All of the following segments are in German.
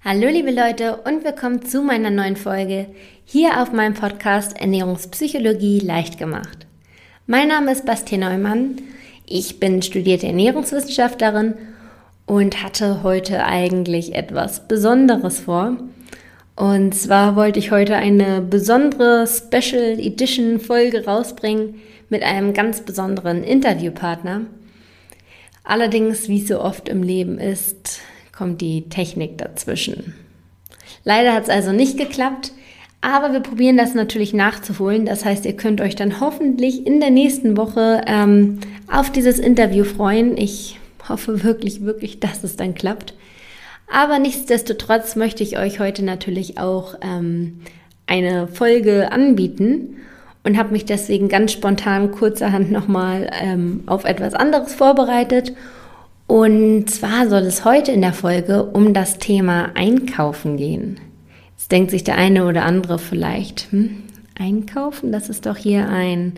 Hallo liebe Leute und willkommen zu meiner neuen Folge hier auf meinem Podcast Ernährungspsychologie leicht gemacht. Mein Name ist Bastien Neumann, ich bin studierte Ernährungswissenschaftlerin und hatte heute eigentlich etwas Besonderes vor. Und zwar wollte ich heute eine besondere Special Edition Folge rausbringen mit einem ganz besonderen Interviewpartner. Allerdings, wie es so oft im Leben ist, kommt die Technik dazwischen. Leider hat es also nicht geklappt, aber wir probieren das natürlich nachzuholen. Das heißt, ihr könnt euch dann hoffentlich in der nächsten Woche auf dieses Interview freuen. Ich hoffe wirklich, dass es dann klappt. Aber nichtsdestotrotz möchte ich euch heute natürlich auch eine Folge anbieten und habe mich deswegen ganz spontan kurzerhand nochmal auf etwas anderes vorbereitet. Und zwar soll es heute in der Folge um das Thema Einkaufen gehen. Jetzt denkt sich der eine oder andere vielleicht, Einkaufen, das ist doch hier ein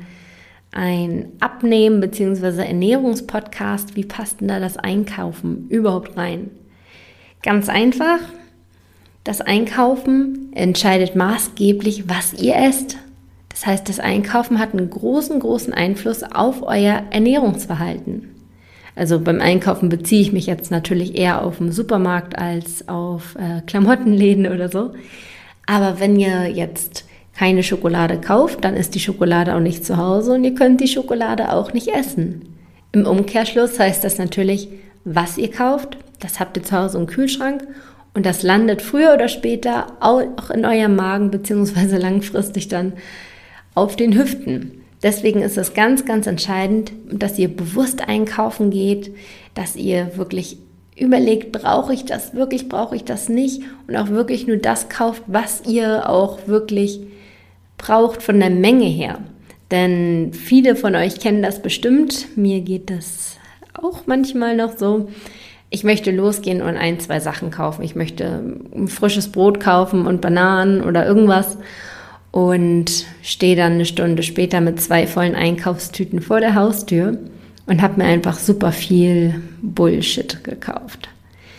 Abnehmen- bzw. Ernährungspodcast. Wie passt denn da das Einkaufen überhaupt rein? Ganz einfach, das Einkaufen entscheidet maßgeblich, was ihr esst. Das heißt, das Einkaufen hat einen großen Einfluss auf euer Ernährungsverhalten. Also beim Einkaufen beziehe ich mich jetzt natürlich eher auf den Supermarkt als auf Klamottenläden oder so. Aber wenn ihr jetzt keine Schokolade kauft, dann ist die Schokolade auch nicht zu Hause und ihr könnt die Schokolade auch nicht essen. Im Umkehrschluss heißt das natürlich, was ihr kauft, das habt ihr zu Hause im Kühlschrank und das landet früher oder später auch in eurem Magen beziehungsweise langfristig dann auf den Hüften. Deswegen ist es ganz entscheidend, dass ihr bewusst einkaufen geht, dass ihr wirklich überlegt, brauche ich das wirklich, brauche ich das nicht und auch wirklich nur das kauft, was ihr auch wirklich braucht von der Menge her. Denn viele von euch kennen das bestimmt, mir geht das auch manchmal noch so. Ich möchte losgehen und 1-2 Sachen kaufen. Ich möchte ein frisches Brot kaufen und Bananen oder irgendwas. Und stehe dann eine Stunde später mit 2 vollen Einkaufstüten vor der Haustür und habe mir einfach super viel Bullshit gekauft.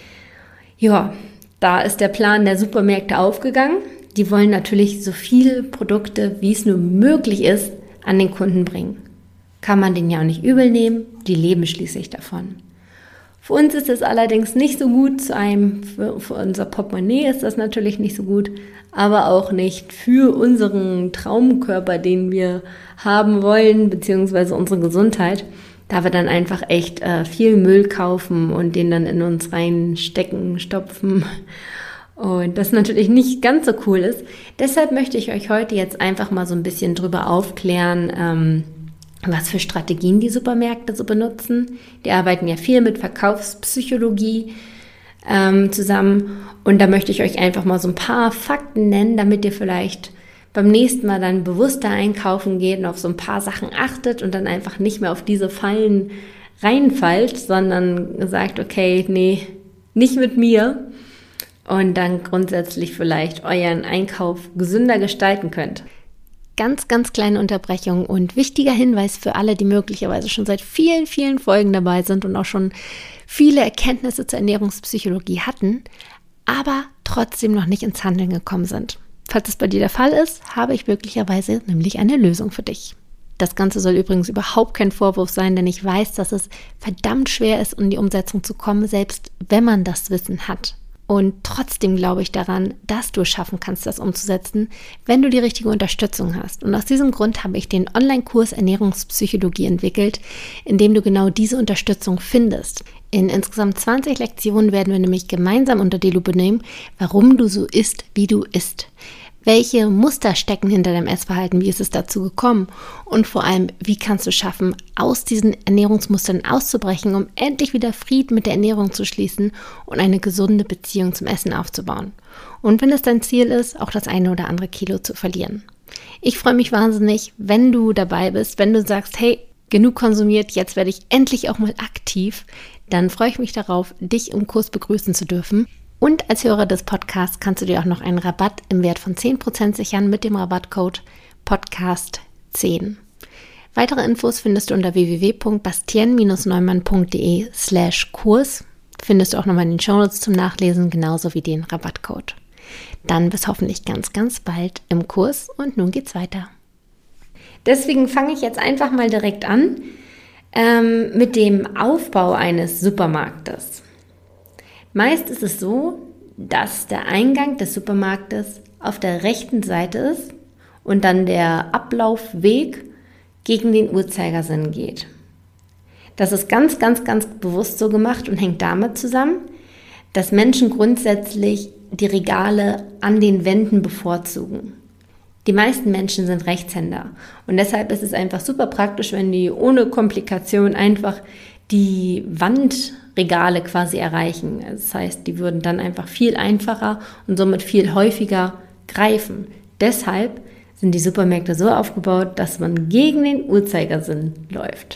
Ja, da ist der Plan der Supermärkte aufgegangen. Die wollen natürlich so viele Produkte, wie es nur möglich ist, an den Kunden bringen. Kann man denen ja auch nicht übel nehmen, die leben schließlich davon. Für uns ist es allerdings nicht so gut, für unser Portemonnaie ist das natürlich nicht so gut, aber auch nicht für unseren Traumkörper, den wir haben wollen, beziehungsweise unsere Gesundheit, da wir dann einfach echt viel Müll kaufen und den dann in uns reinstecken, stopfen und das natürlich nicht ganz so cool ist. Deshalb möchte ich euch heute jetzt einfach mal so ein bisschen drüber aufklären, was für Strategien die Supermärkte so benutzen. Die arbeiten ja viel mit Verkaufspsychologie zusammen und da möchte ich euch einfach mal so ein paar Fakten nennen, damit ihr vielleicht beim nächsten Mal dann bewusster einkaufen geht und auf so ein paar Sachen achtet und dann einfach nicht mehr auf diese Fallen reinfallt, sondern sagt, okay, nee, nicht mit mir und dann grundsätzlich vielleicht euren Einkauf gesünder gestalten könnt. Ganz kleine Unterbrechung und wichtiger Hinweis für alle, die möglicherweise schon seit vielen Folgen dabei sind und auch schon viele Erkenntnisse zur Ernährungspsychologie hatten, aber trotzdem noch nicht ins Handeln gekommen sind. Falls es bei dir der Fall ist, habe ich möglicherweise nämlich eine Lösung für dich. Das Ganze soll übrigens überhaupt kein Vorwurf sein, denn ich weiß, dass es verdammt schwer ist, in die Umsetzung zu kommen, selbst wenn man das Wissen hat. Und trotzdem glaube ich daran, dass du es schaffen kannst, das umzusetzen, wenn du die richtige Unterstützung hast. Und aus diesem Grund habe ich den Online-Kurs Ernährungspsychologie entwickelt, in dem du genau diese Unterstützung findest. In insgesamt 20 Lektionen werden wir nämlich gemeinsam unter die Lupe nehmen, warum du so isst, wie du isst. Welche Muster stecken hinter deinem Essverhalten? Wie ist es dazu gekommen? Und vor allem, wie kannst du schaffen, aus diesen Ernährungsmustern auszubrechen, um endlich wieder Frieden mit der Ernährung zu schließen und eine gesunde Beziehung zum Essen aufzubauen? Und wenn es dein Ziel ist, auch das eine oder andere Kilo zu verlieren. Ich freue mich wahnsinnig, wenn du dabei bist, wenn du sagst, hey, genug konsumiert, jetzt werde ich endlich auch mal aktiv. Dann freue ich mich darauf, dich im Kurs begrüßen zu dürfen. Und als Hörer des Podcasts kannst du dir auch noch einen Rabatt im Wert von 10% sichern mit dem Rabattcode Podcast10. Weitere Infos findest du unter www.bastien-neumann.de/Kurs. Findest du auch nochmal in den Shownotes zum Nachlesen, genauso wie den Rabattcode. Dann bis hoffentlich ganz, ganz bald im Kurs und nun geht's weiter. Deswegen fange ich jetzt einfach mal direkt an mit dem Aufbau eines Supermarktes. Meist ist es so, dass der Eingang des Supermarktes auf der rechten Seite ist und dann der Ablaufweg gegen den Uhrzeigersinn geht. Das ist ganz, ganz, ganz bewusst so gemacht und hängt damit zusammen, dass Menschen grundsätzlich die Regale an den Wänden bevorzugen. Die meisten Menschen sind Rechtshänder und deshalb ist es einfach super praktisch, wenn die ohne Komplikation einfach die Wandregale quasi erreichen. Das heißt, die würden dann einfach viel einfacher und somit viel häufiger greifen. Deshalb sind die Supermärkte so aufgebaut, dass man gegen den Uhrzeigersinn läuft.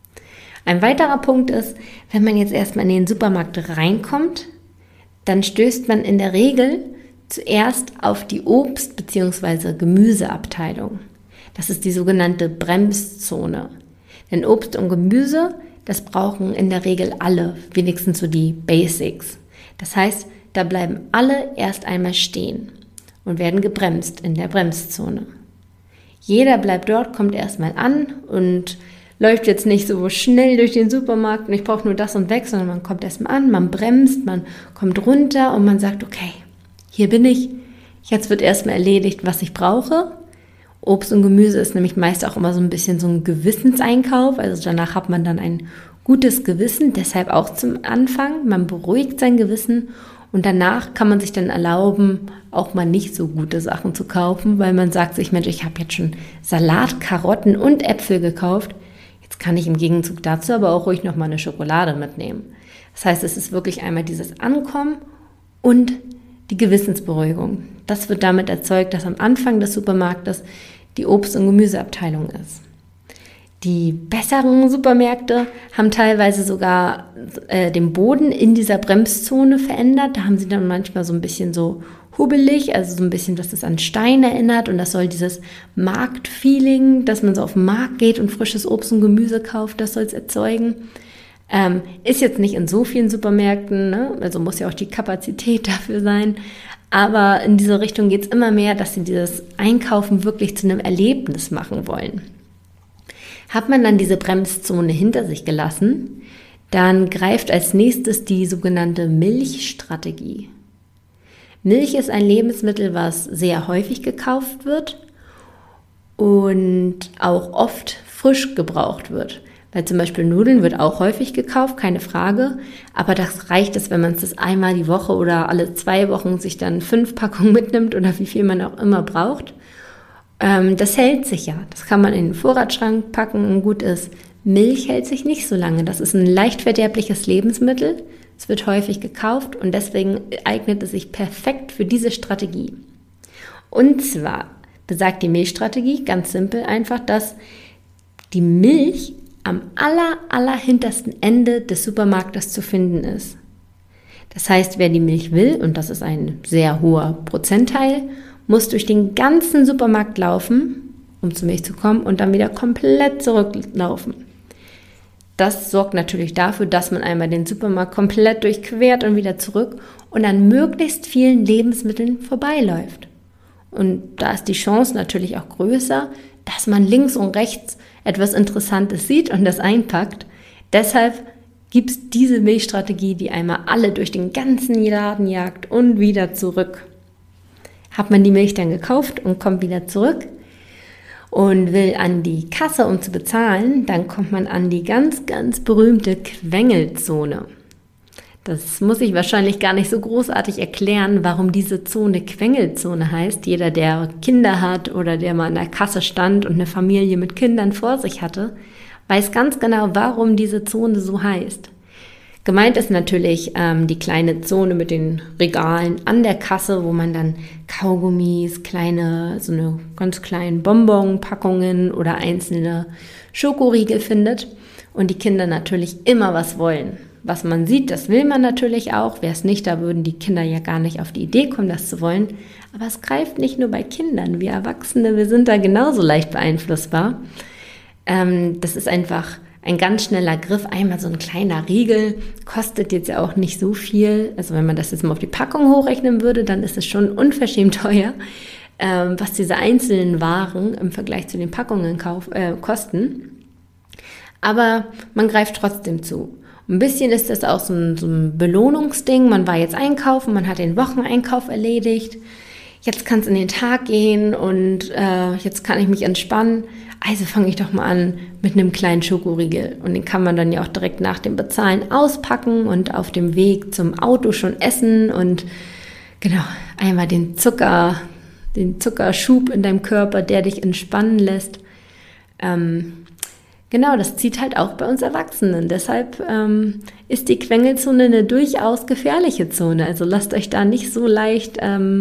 Ein weiterer Punkt ist, wenn man jetzt erstmal in den Supermarkt reinkommt, dann stößt man in der Regel zuerst auf die Obst- bzw. Gemüseabteilung. Das ist die sogenannte Bremszone. Denn Obst und Gemüse, das brauchen in der Regel alle, wenigstens so die Basics. Das heißt, da bleiben alle erst einmal stehen und werden gebremst in der Bremszone. Jeder bleibt dort, kommt erstmal an und läuft jetzt nicht so schnell durch den Supermarkt und ich brauche nur das und weg, sondern man kommt erstmal an, man bremst, man kommt runter und man sagt, okay, hier bin ich, jetzt wird erstmal erledigt, was ich brauche. Obst und Gemüse ist nämlich meist auch immer so ein bisschen so ein Gewissenseinkauf, also danach hat man dann ein gutes Gewissen, deshalb auch zum Anfang, man beruhigt sein Gewissen und danach kann man sich dann erlauben, auch mal nicht so gute Sachen zu kaufen, weil man sagt sich, Mensch, ich habe jetzt schon Salat, Karotten und Äpfel gekauft, jetzt kann ich im Gegenzug dazu aber auch ruhig nochmal eine Schokolade mitnehmen. Das heißt, es ist wirklich einmal dieses Ankommen und die Gewissensberuhigung. Das wird damit erzeugt, dass am Anfang des Supermarktes die Obst- und Gemüseabteilung ist. Die besseren Supermärkte haben teilweise sogar den Boden in dieser Bremszone verändert. Da haben sie dann manchmal so ein bisschen so hubbelig, also so ein bisschen, dass es an Stein erinnert. Und das soll dieses Marktfeeling, dass man so auf den Markt geht und frisches Obst und Gemüse kauft, das soll es erzeugen. Ist jetzt nicht in so vielen Supermärkten, ne? Also muss ja auch die Kapazität dafür sein. Aber in diese Richtung geht es immer mehr, dass sie dieses Einkaufen wirklich zu einem Erlebnis machen wollen. Hat man dann diese Bremszone hinter sich gelassen, dann greift als nächstes die sogenannte Milchstrategie. Milch ist ein Lebensmittel, was sehr häufig gekauft wird und auch oft frisch gebraucht wird. Weil zum Beispiel Nudeln wird auch häufig gekauft, keine Frage. Aber das reicht es, wenn man es einmal die Woche oder alle 2 Wochen sich dann 5 Packungen mitnimmt oder wie viel man auch immer braucht. Das hält sich ja. Das kann man in den Vorratsschrank packen und gut ist. Milch hält sich nicht so lange. Das ist ein leicht verderbliches Lebensmittel. Es wird häufig gekauft und deswegen eignet es sich perfekt für diese Strategie. Und zwar besagt die Milchstrategie ganz simpel einfach, dass die Milch am hintersten Ende des Supermarktes zu finden ist. Das heißt, wer die Milch will, und das ist ein sehr hoher Prozentteil, muss durch den ganzen Supermarkt laufen, um zur Milch zu kommen und dann wieder komplett zurücklaufen. Das sorgt natürlich dafür, dass man einmal den Supermarkt komplett durchquert und wieder zurück und an möglichst vielen Lebensmitteln vorbeiläuft. Und da ist die Chance natürlich auch größer, dass man links und rechts etwas Interessantes sieht und das einpackt. Deshalb gibt es diese Milchstrategie, die einmal alle durch den ganzen Laden jagt und wieder zurück. Hat man die Milch dann gekauft und kommt wieder zurück und will an die Kasse, um zu bezahlen, dann kommt man an die ganz, ganz berühmte Quengelzone. Das muss ich wahrscheinlich gar nicht so großartig erklären, warum diese Zone Quengelzone heißt. Jeder, der Kinder hat oder der mal an der Kasse stand und eine Familie mit Kindern vor sich hatte, weiß ganz genau, warum diese Zone so heißt. Gemeint ist natürlich die kleine Zone mit den Regalen an der Kasse, wo man dann Kaugummis, so eine ganz kleinen Bonbonpackungen oder einzelne Schokoriegel findet und die Kinder natürlich immer was wollen. Was man sieht, das will man natürlich auch. Wäre es nicht, da würden die Kinder ja gar nicht auf die Idee kommen, das zu wollen. Aber es greift nicht nur bei Kindern. Wir Erwachsene, wir sind da genauso leicht beeinflussbar. Das ist einfach ein ganz schneller Griff, einmal so ein kleiner Riegel, kostet jetzt ja auch nicht so viel. Also wenn man das jetzt mal auf die Packung hochrechnen würde, dann ist es schon unverschämt teuer, was diese einzelnen Waren im Vergleich zu den Packungen kosten. Aber man greift trotzdem zu. Ein bisschen ist das auch so ein Belohnungsding. Man war jetzt einkaufen, man hat den Wocheneinkauf erledigt. Jetzt kann es in den Tag gehen und jetzt kann ich mich entspannen. Also fange ich doch mal an mit einem kleinen Schokoriegel. Und den kann man dann ja auch direkt nach dem Bezahlen auspacken und auf dem Weg zum Auto schon essen. Und genau, einmal den Zuckerschub in deinem Körper, der dich entspannen lässt. Genau, das zieht halt auch bei uns Erwachsenen. Deshalb ist die Quengelzone eine durchaus gefährliche Zone. Also lasst euch da nicht so leicht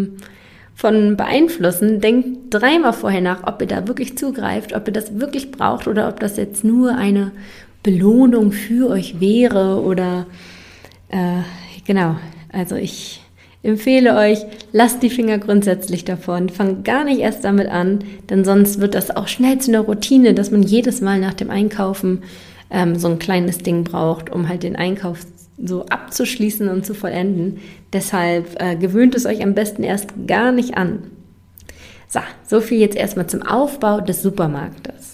von beeinflussen. Denkt dreimal vorher nach, ob ihr da wirklich zugreift, ob ihr das wirklich braucht oder ob das jetzt nur eine Belohnung für euch wäre oder genau. Also ich empfehle euch, lasst die Finger grundsätzlich davon, fangt gar nicht erst damit an, denn sonst wird das auch schnell zu einer Routine, dass man jedes Mal nach dem Einkaufen so ein kleines Ding braucht, um halt den Einkauf so abzuschließen und zu vollenden. Deshalb gewöhnt es euch am besten erst gar nicht an. So viel jetzt erstmal zum Aufbau des Supermarktes.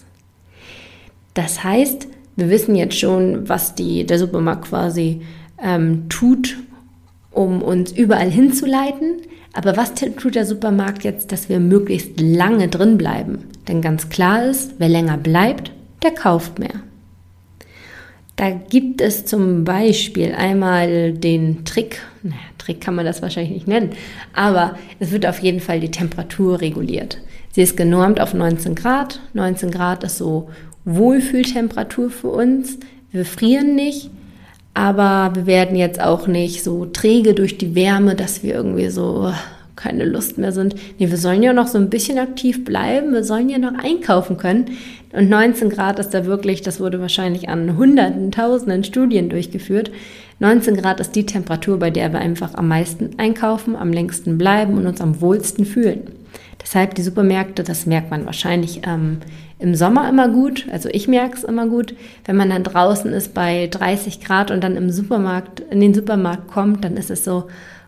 Das heißt, wir wissen jetzt schon, was der Supermarkt quasi tut, um uns überall hinzuleiten. Aber was tut der Supermarkt jetzt, dass wir möglichst lange drin bleiben? Denn ganz klar ist, wer länger bleibt, der kauft mehr. Da gibt es zum Beispiel einmal den Trick, Trick kann man das wahrscheinlich nicht nennen, aber es wird auf jeden Fall die Temperatur reguliert. Sie ist genormt auf 19 Grad. 19 Grad ist so Wohlfühltemperatur für uns. Wir frieren nicht. Aber wir werden jetzt auch nicht so träge durch die Wärme, dass wir irgendwie so keine Lust mehr sind. Nee, wir sollen ja noch so ein bisschen aktiv bleiben. Wir sollen ja noch einkaufen können. Und 19 Grad ist da wirklich, das wurde wahrscheinlich an Hunderten, Tausenden Studien durchgeführt. 19 Grad ist die Temperatur, bei der wir einfach am meisten einkaufen, am längsten bleiben und uns am wohlsten fühlen. Deshalb die Supermärkte, das merkt man wahrscheinlich im Sommer immer gut, also ich merke es immer gut, wenn man dann draußen ist bei 30 Grad und dann in den Supermarkt kommt, dann ist es so,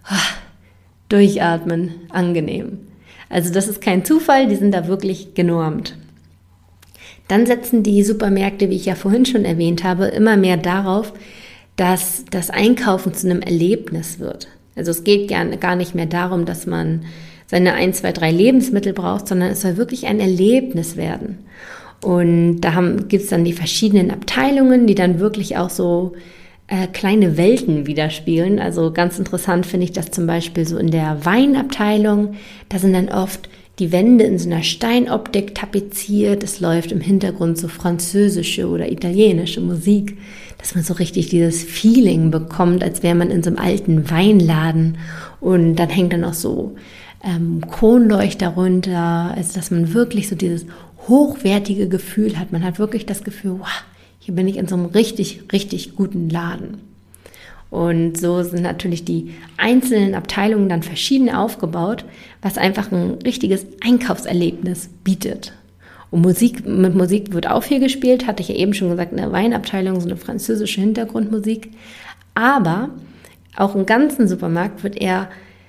durchatmen, angenehm. Also das ist kein Zufall, die sind da wirklich genormt. Dann setzen die Supermärkte, wie ich ja vorhin schon erwähnt habe, immer mehr darauf, dass das Einkaufen zu einem Erlebnis wird. Also es geht gar nicht mehr darum, dass man seine 1, 2, 3 Lebensmittel braucht, sondern es soll wirklich ein Erlebnis werden. Und da gibt es dann die verschiedenen Abteilungen, die dann wirklich auch so kleine Welten widerspiegeln. Also ganz interessant finde ich das zum Beispiel so in der Weinabteilung. Da sind dann oft die Wände in so einer Steinoptik tapeziert. Es läuft im Hintergrund so französische oder italienische Musik, dass man so richtig dieses Feeling bekommt, als wäre man in so einem alten Weinladen. Und dann hängt dann auch so Kronleuchter runter, also dass man wirklich so dieses hochwertige Gefühl hat. Man hat wirklich das Gefühl, wow, hier bin ich in so einem richtig, richtig guten Laden. Und so sind natürlich die einzelnen Abteilungen dann verschieden aufgebaut, was einfach ein richtiges Einkaufserlebnis bietet. Und mit Musik wird auch viel gespielt, hatte ich ja eben schon gesagt, in der Weinabteilung so eine französische Hintergrundmusik. Aber auch im ganzen Supermarkt wird eher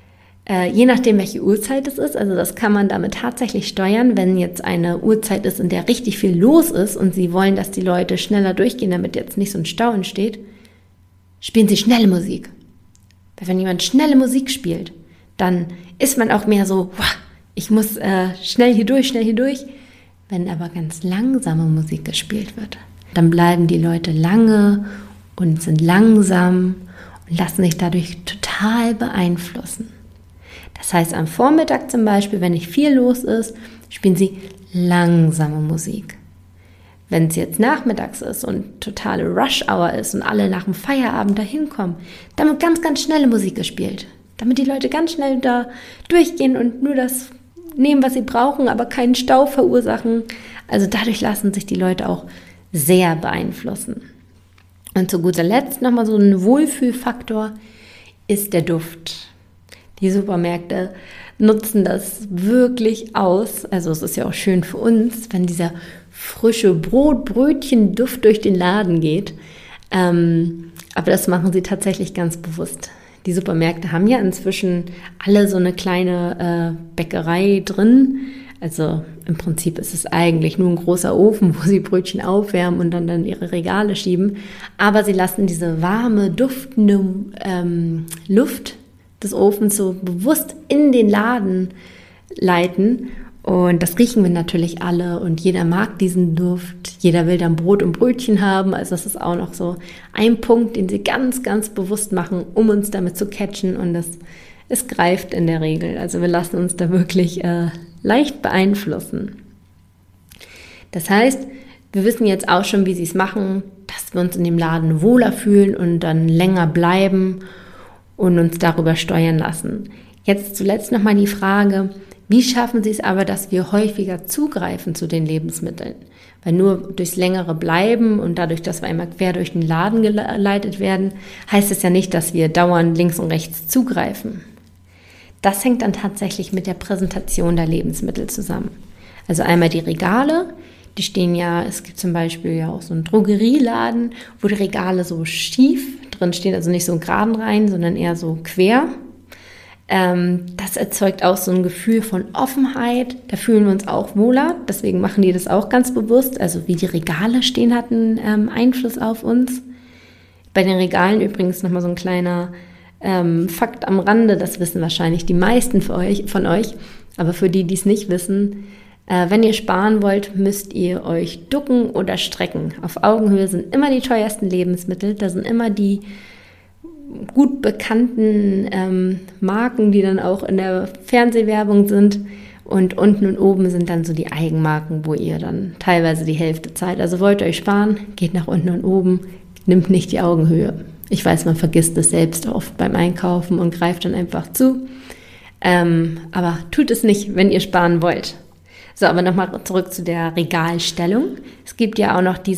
je nachdem, welche Uhrzeit es ist, also das kann man damit tatsächlich steuern, wenn jetzt eine Uhrzeit ist, in der richtig viel los ist und Sie wollen, dass die Leute schneller durchgehen, damit jetzt nicht so ein Stau entsteht, spielen Sie schnelle Musik. Weil wenn jemand schnelle Musik spielt, dann ist man auch mehr so, wow, ich muss schnell hier durch. Wenn aber ganz langsame Musik gespielt wird, dann bleiben die Leute lange und sind langsam und lassen sich dadurch total beeinflussen. Das heißt, am Vormittag zum Beispiel, wenn nicht viel los ist, spielen Sie langsame Musik. Wenn es jetzt nachmittags ist und totale Rush-Hour ist und alle nach dem Feierabend da hinkommen, dann wird ganz, ganz schnelle Musik gespielt. Damit die Leute ganz schnell da durchgehen und nur das nehmen, was sie brauchen, aber keinen Stau verursachen. Also dadurch lassen sich die Leute auch sehr beeinflussen. Und zu guter Letzt nochmal so ein Wohlfühlfaktor ist der Duft. Die Supermärkte nutzen das wirklich aus. Also es ist ja auch schön für uns, wenn dieser frische Brötchen-Duft durch den Laden geht. Aber das machen sie tatsächlich ganz bewusst. Die Supermärkte haben ja inzwischen alle so eine kleine Bäckerei drin. Also im Prinzip ist es eigentlich nur ein großer Ofen, wo sie Brötchen aufwärmen und dann ihre Regale schieben. Aber sie lassen diese warme, duftende Luft des Ofens so bewusst in den Laden leiten. Und das riechen wir natürlich alle und jeder mag diesen Duft. Jeder will dann Brot und Brötchen haben. Also das ist auch noch so ein Punkt, den sie ganz, ganz bewusst machen, um uns damit zu catchen. Und es greift in der Regel. Also wir lassen uns da wirklich leicht beeinflussen. Das heißt, wir wissen jetzt auch schon, wie sie es machen, dass wir uns in dem Laden wohler fühlen und dann länger bleiben und uns darüber steuern lassen. Jetzt zuletzt nochmal die Frage, wie schaffen sie es aber, dass wir häufiger zugreifen zu den Lebensmitteln? Weil nur durchs längere Bleiben und dadurch, dass wir einmal quer durch den Laden geleitet werden, heißt es ja nicht, dass wir dauernd links und rechts zugreifen. Das hängt dann tatsächlich mit der Präsentation der Lebensmittel zusammen. Also einmal die Regale, die stehen ja, es gibt zum Beispiel ja auch so einen Drogerieladen, wo die Regale so schief drin stehen, also nicht so geraden rein, sondern eher so quer. Das erzeugt auch so ein Gefühl von Offenheit, da fühlen wir uns auch wohler, deswegen machen die das auch ganz bewusst, also wie die Regale stehen, hat einen Einfluss auf uns. Bei den Regalen übrigens nochmal so ein kleiner Fakt am Rande, das wissen wahrscheinlich die meisten von euch, aber für die, die es nicht wissen, wenn ihr sparen wollt, müsst ihr euch ducken oder strecken. Auf Augenhöhe sind immer die teuersten Lebensmittel, da sind immer die gut bekannten Marken, die dann auch in der Fernsehwerbung sind, und unten und oben sind dann so die Eigenmarken, wo ihr dann teilweise die Hälfte zahlt. Also wollt ihr euch sparen, geht nach unten und oben, nimmt nicht die Augenhöhe. Ich weiß, man vergisst es selbst oft beim Einkaufen und greift dann einfach zu, aber tut es nicht, wenn ihr sparen wollt. So, aber nochmal zurück zu der Regalstellung. Es gibt ja auch noch die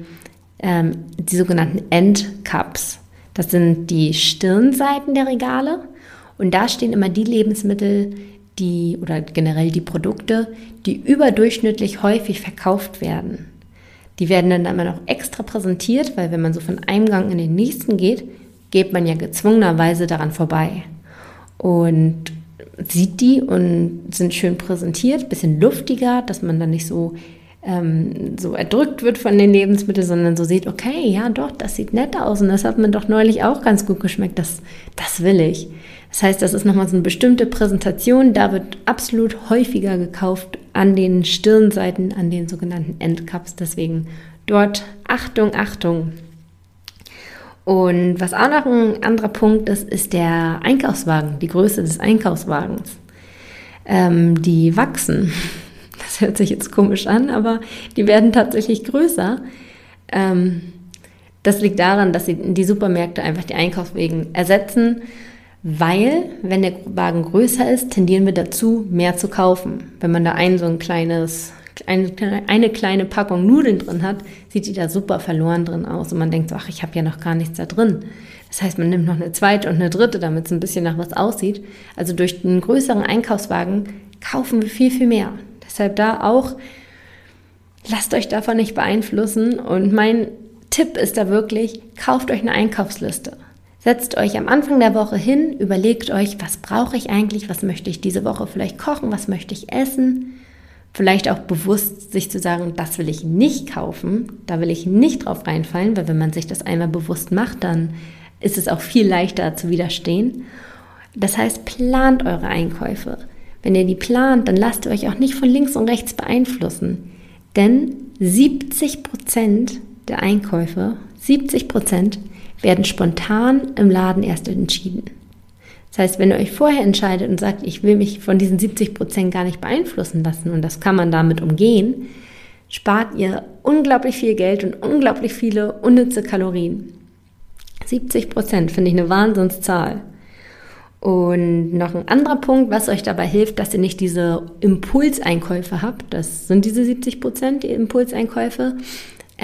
sogenannten Endcups. Das sind die Stirnseiten der Regale und da stehen immer die Lebensmittel, oder generell die Produkte, die überdurchschnittlich häufig verkauft werden. Die werden dann immer noch extra präsentiert, weil wenn man so von einem Gang in den nächsten geht man ja gezwungenerweise daran vorbei und sieht die und sind schön präsentiert, bisschen luftiger, dass man dann nicht so erdrückt wird von den Lebensmitteln, sondern so sieht, okay, ja doch, das sieht nett aus und das hat mir doch neulich auch ganz gut geschmeckt, das will ich. Das heißt, das ist nochmal so eine bestimmte Präsentation, da wird absolut häufiger gekauft an den Stirnseiten, an den sogenannten Endcups, deswegen dort Achtung, Achtung. Und was auch noch ein anderer Punkt ist, ist der Einkaufswagen, die Größe des Einkaufswagens. Die wachsen. Das hört sich jetzt komisch an, aber die werden tatsächlich größer. Das liegt daran, dass die Supermärkte einfach die Einkaufswagen ersetzen, weil, wenn der Wagen größer ist, tendieren wir dazu, mehr zu kaufen. Wenn man da eine kleine Packung Nudeln drin hat, sieht die da super verloren drin aus und man denkt so, ach, ich habe ja noch gar nichts da drin. Das heißt, man nimmt noch eine zweite und eine dritte, damit es ein bisschen nach was aussieht. Also durch einen größeren Einkaufswagen kaufen wir viel, viel mehr. Deshalb da auch, lasst euch davon nicht beeinflussen und mein Tipp ist da wirklich, kauft euch eine Einkaufsliste. Setzt euch am Anfang der Woche hin, überlegt euch, was brauche ich eigentlich, was möchte ich diese Woche vielleicht kochen, was möchte ich essen. Vielleicht auch bewusst sich zu sagen, das will ich nicht kaufen, da will ich nicht drauf reinfallen, weil wenn man sich das einmal bewusst macht, dann ist es auch viel leichter zu widerstehen. Das heißt, plant eure Einkäufe. Wenn ihr die plant, dann lasst ihr euch auch nicht von links und rechts beeinflussen. Denn 70% der Einkäufe, 70% werden spontan im Laden erst entschieden. Das heißt, wenn ihr euch vorher entscheidet und sagt, ich will mich von diesen 70% gar nicht beeinflussen lassen und das kann man damit umgehen, spart ihr unglaublich viel Geld und unglaublich viele unnütze Kalorien. 70% finde ich eine Wahnsinnszahl. Und noch ein anderer Punkt, was euch dabei hilft, dass ihr nicht diese Impulseinkäufe habt, das sind diese 70%, die Impulseinkäufe,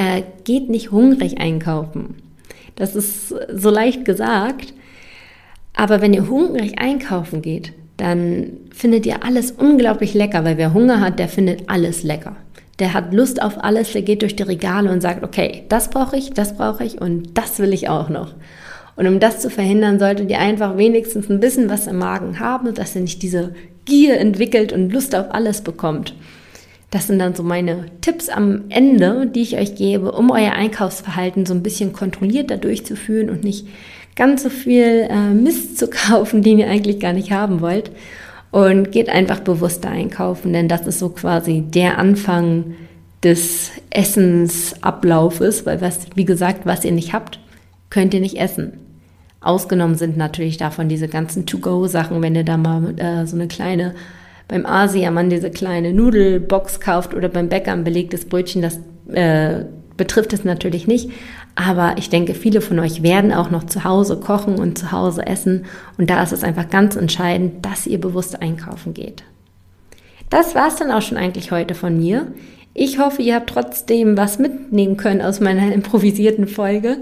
geht nicht hungrig einkaufen. Das ist so leicht gesagt, Aber wenn ihr hungrig einkaufen geht, dann findet ihr alles unglaublich lecker, weil wer Hunger hat, der findet alles lecker. Der hat Lust auf alles, der geht durch die Regale und sagt, okay, das brauche ich und das will ich auch noch. Und um das zu verhindern, solltet ihr einfach wenigstens ein bisschen was im Magen haben, dass ihr nicht diese Gier entwickelt und Lust auf alles bekommt. Das sind dann so meine Tipps am Ende, die ich euch gebe, um euer Einkaufsverhalten so ein bisschen kontrollierter durchzuführen und nicht ganz so viel Mist zu kaufen, den ihr eigentlich gar nicht haben wollt. Und geht einfach bewusster einkaufen, denn das ist so quasi der Anfang des Essensablaufes, weil wie gesagt, was ihr nicht habt, könnt ihr nicht essen. Ausgenommen sind natürlich davon diese ganzen To-Go-Sachen, wenn ihr da mal so eine kleine, beim Asiamann diese kleine Nudelbox kauft oder beim Bäcker ein belegtes Brötchen, das betrifft es natürlich nicht. Aber ich denke, viele von euch werden auch noch zu Hause kochen und zu Hause essen. Und da ist es einfach ganz entscheidend, dass ihr bewusst einkaufen geht. Das war es dann auch schon eigentlich heute von mir. Ich hoffe, ihr habt trotzdem was mitnehmen können aus meiner improvisierten Folge.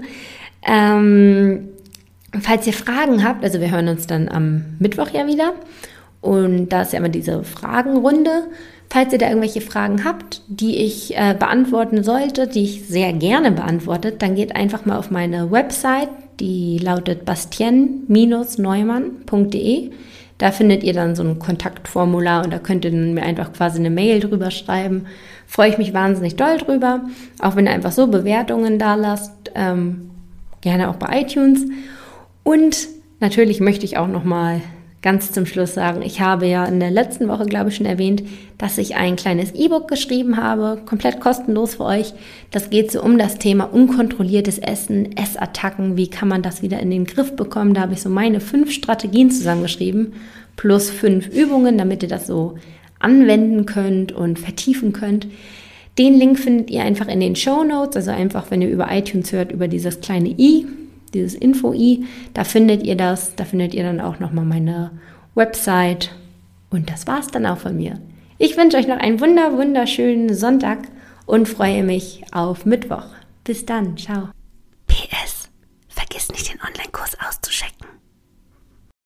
Falls ihr Fragen habt, also wir hören uns dann am Mittwoch ja wieder. Und da ist ja immer diese Fragenrunde. Falls ihr da irgendwelche Fragen habt, die ich beantworten sollte, die ich sehr gerne beantworte, dann geht einfach mal auf meine Website, die lautet bastien-neumann.de. Da findet ihr dann so ein Kontaktformular und da könnt ihr mir einfach quasi eine Mail drüber schreiben. Freue ich mich wahnsinnig doll drüber, auch wenn ihr einfach so Bewertungen da lasst, gerne auch bei iTunes. Und natürlich möchte ich auch nochmal ganz zum Schluss sagen, ich habe ja in der letzten Woche, glaube ich, schon erwähnt, dass ich ein kleines E-Book geschrieben habe, komplett kostenlos für euch. Das geht so um das Thema unkontrolliertes Essen, Essattacken, wie kann man das wieder in den Griff bekommen. Da habe ich so meine 5 Strategien zusammengeschrieben, plus 5 Übungen, damit ihr das so anwenden könnt und vertiefen könnt. Den Link findet ihr einfach in den Shownotes, also einfach, wenn ihr über iTunes hört, über dieses kleine i, dieses Info-i, da findet ihr das, da findet ihr dann auch nochmal meine Website und das war's dann auch von mir. Ich wünsche euch noch einen wunderschönen Sonntag und freue mich auf Mittwoch. Bis dann, ciao.